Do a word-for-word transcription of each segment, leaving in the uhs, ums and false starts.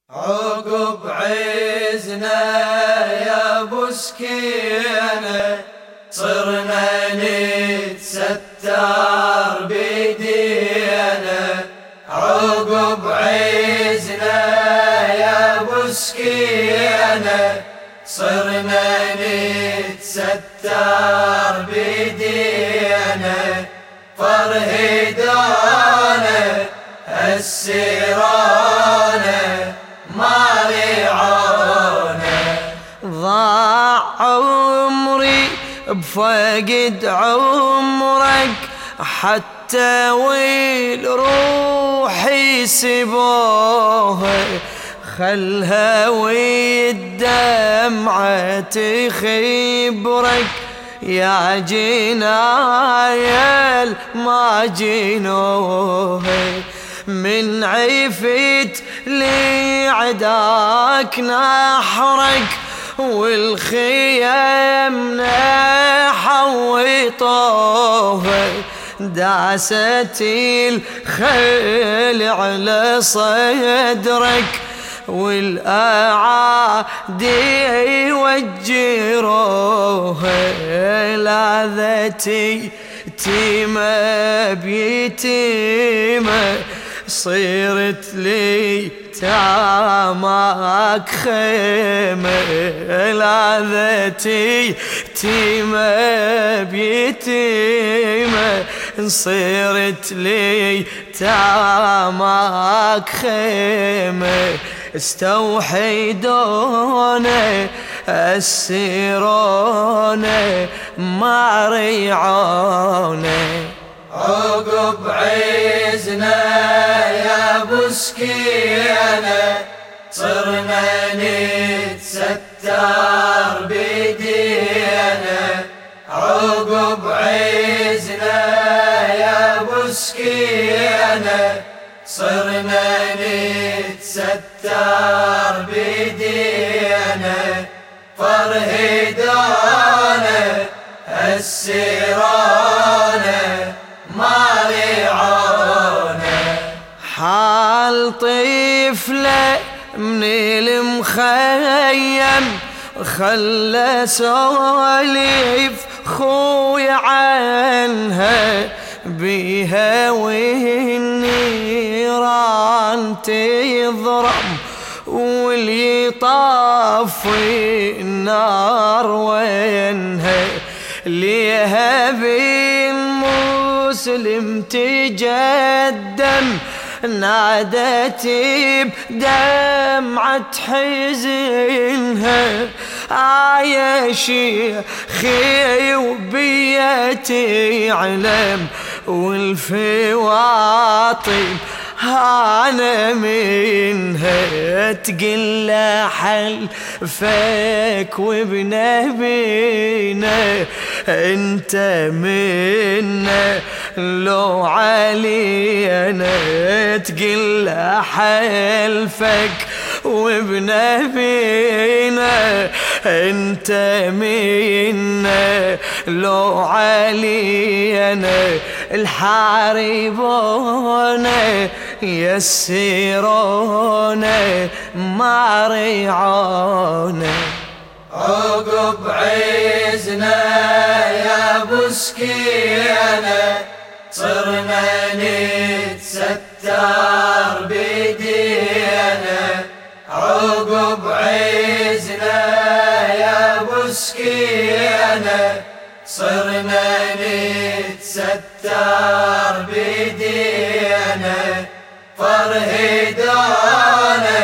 عقب عزنا يا ابو سكينة صرنا نتستر بيدينا. عقب عزنا يا ابو سكينة صرنا نتستر بيدينا. فرهدانا السيرانة ما رعانا. ضاع عمري بفقد عمرك حتى ويل روحي سبوها. خلها والدمعة تخبرك يا جنايل ما جنوها. من عفت لعداك نحرك والخيام حوطوها. داست الخيل على صدرك والأعادي وجروها. لاذتي تيمة بيتيمة صيرت لي تامك خيمة. لاذتي تيمة بيتيمة صيرت لي تامك خيمة. استوحدونا السيرونة ما ريعونا. عقب عزنا يا ابو سكينة صرنا نتستر بيدينا. عقب عزنا يا ابو سكينة صرنا نتستر بيدينا. فرهدانا السيرانة ما رعانا. حال طفلة من المخيم خلى سواليف خوي عنها. بيها والنيران تضرب واللي طافي النار وينها. ليها بالمسلم تجدم نادت بدمعة حزنها. آية شيخي وبيتي علم والفواطم أنا منها. تقل حلفك وبنبينا انت منا لو علينا. تقل حلفك وبنبينا انت منا لو علينا. الحاربونا يسيرونا ما رعونا. عقب عزنا يا ابو سكينة صرنا نتستر بيدينا. عقب عزنا يا ابو سكينة صرنا نتستر بيدينا. فرهدانا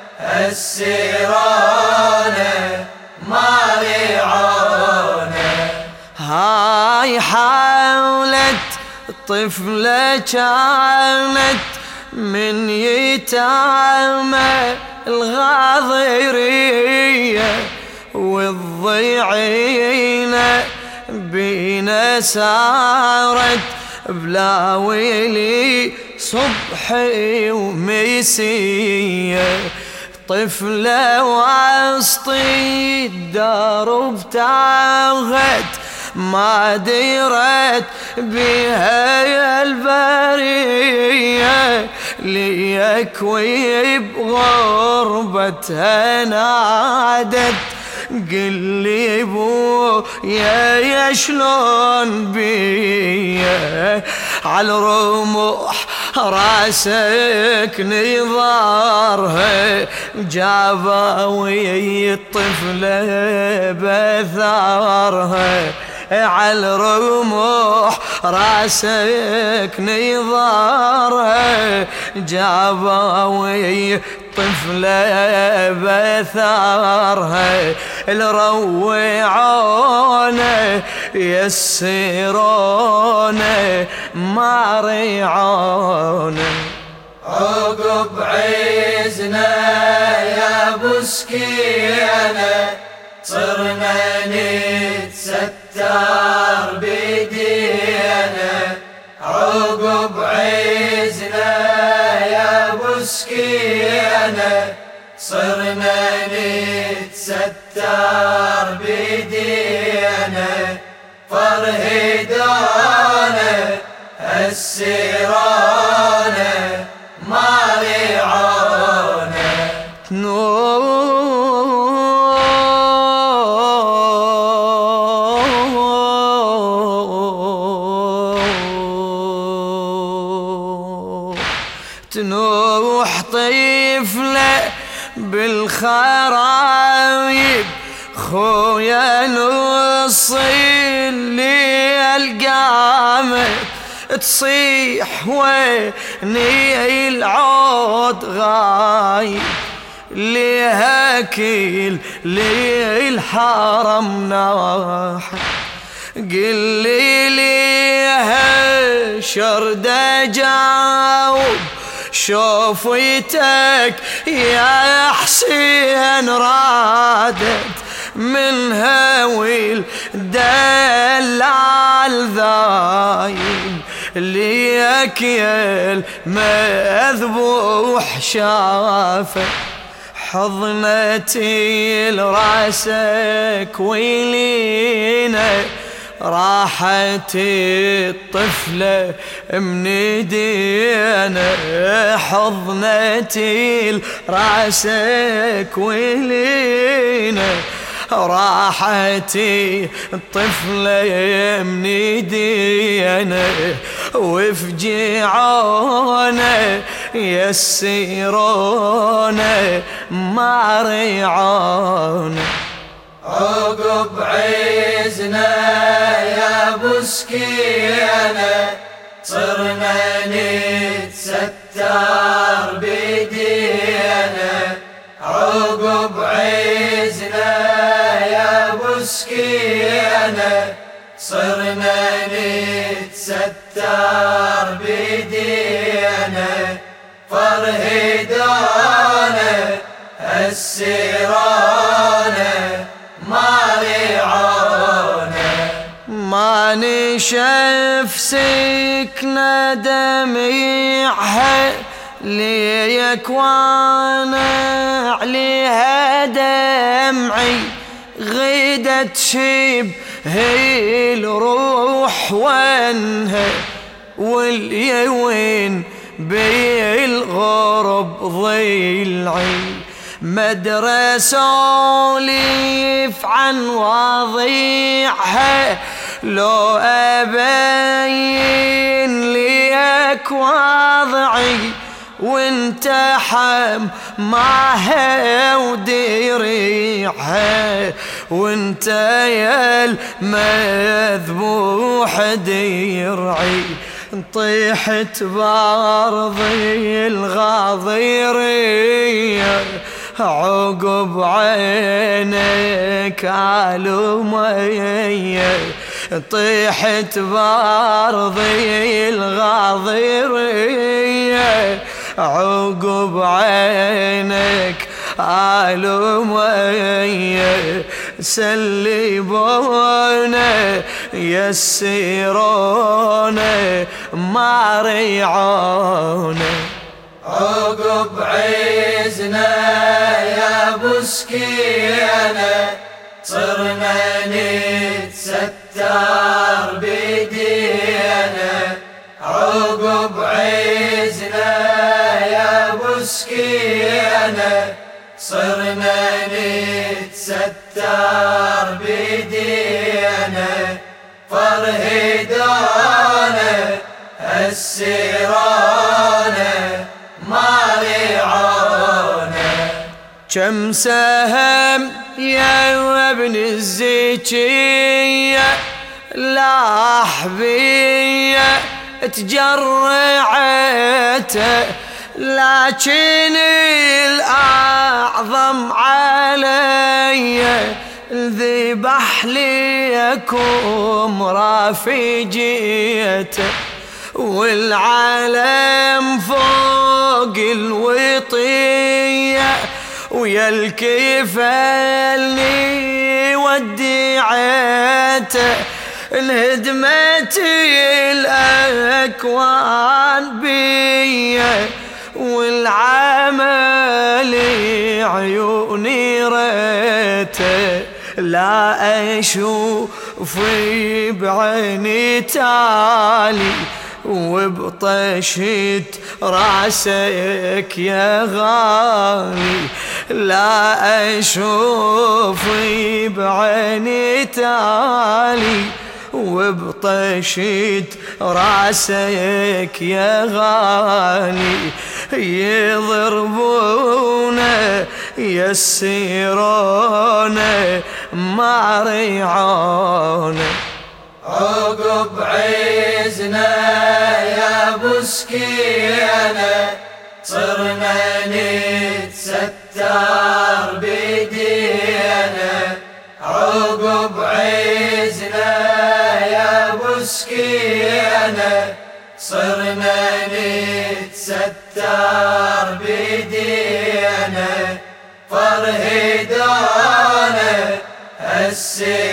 السيرانة ما رعانا. هاي حاولت طفلة كانت من يتامى الغاضرية والضيعينة بينا سارت بلا ويلي صبحي ومسية. طفلة وسط الدار بتاغت ما درت بها يا البرية، ليكوي بغربتها نادت. قل لي بويا يا شلون بيا، عالرموح راسك نظارها، جاباوي الطفلة بثارها. عالرموح راسك نظارها، جاباوي طفلة بثارها. الروعونة يسرونة ما ريعونة. عقب عزنا يا ابو سكينة، صرنا نتستر بدينا. عقب عزنا يا ابو سكينة، صرنا نتستر بدينا. فرهدانا السيرانة ما ريعونا. تنوح طفلة بالخرايب، خويا نص الليل قامت تصيح ويني العود غايب. ليها كل ليل حرم ناحت، قل لي ليها شرد جاوب. شوفيتك يا حسين رادت منها والدلال ذايب. ليك يا المذبوح شافك، حضنتي لراسك ويلينا. راحت الطفلة من ايدينا، حضنتي لراسك ويلينا. راحت الطفلة من ايدينا، وفجعونا يسيرونا ما ريعونا. عقب عزنا يا ابو سكينة، صرنا نتستر بدينا. عقب عزنا يا ابو سكينة، صرنا نتستر بدينا. فرهدانا السيرانة ما ريعونا. ما نشف سكنة دميعها، ليك وانا عليها دمعي. غيدت شبه الروح وانها، واليوين بالغرب ضلعي. مدرسة سوليف عن وضيعها، لو أبين ليك وضعي. وانت حم معها ودريعها، وانت يا المذبوح درعي. طيحت بارضي الغاضيرية، عقب عينك علومية. طيحت بارضي الغاضيرية، عقب عينك علومية. سلبونا يسيرونا ما ريعونا. عقب عزنا يا ابو سكينة، صرنا نتستر صرنا نتستر بدينا فرهدانا السيرانة ما رعانا. كم سهم يا ابن الزكية لاح بيا تجرعته، لكن الأعظم علي الذبح ليكم رافجيته، والعالم فوق الوطية ويا الكفلني وديعته، انهدمت الأكوان بيا والعمل عيوني ريته، لا أشوف بعيني تالي وبطشت راسك يا غالي، لا أشوف بعيني تالي وبطشت راسك يا غالي، يضربونا يسيرونا ما ريعونا. عقب عزنا يا ابو سكينة صرنا نتستر بدينا، عقب عزنا يا ابو سكينة صرنا نتستر بدينا فرهدانا السيرانة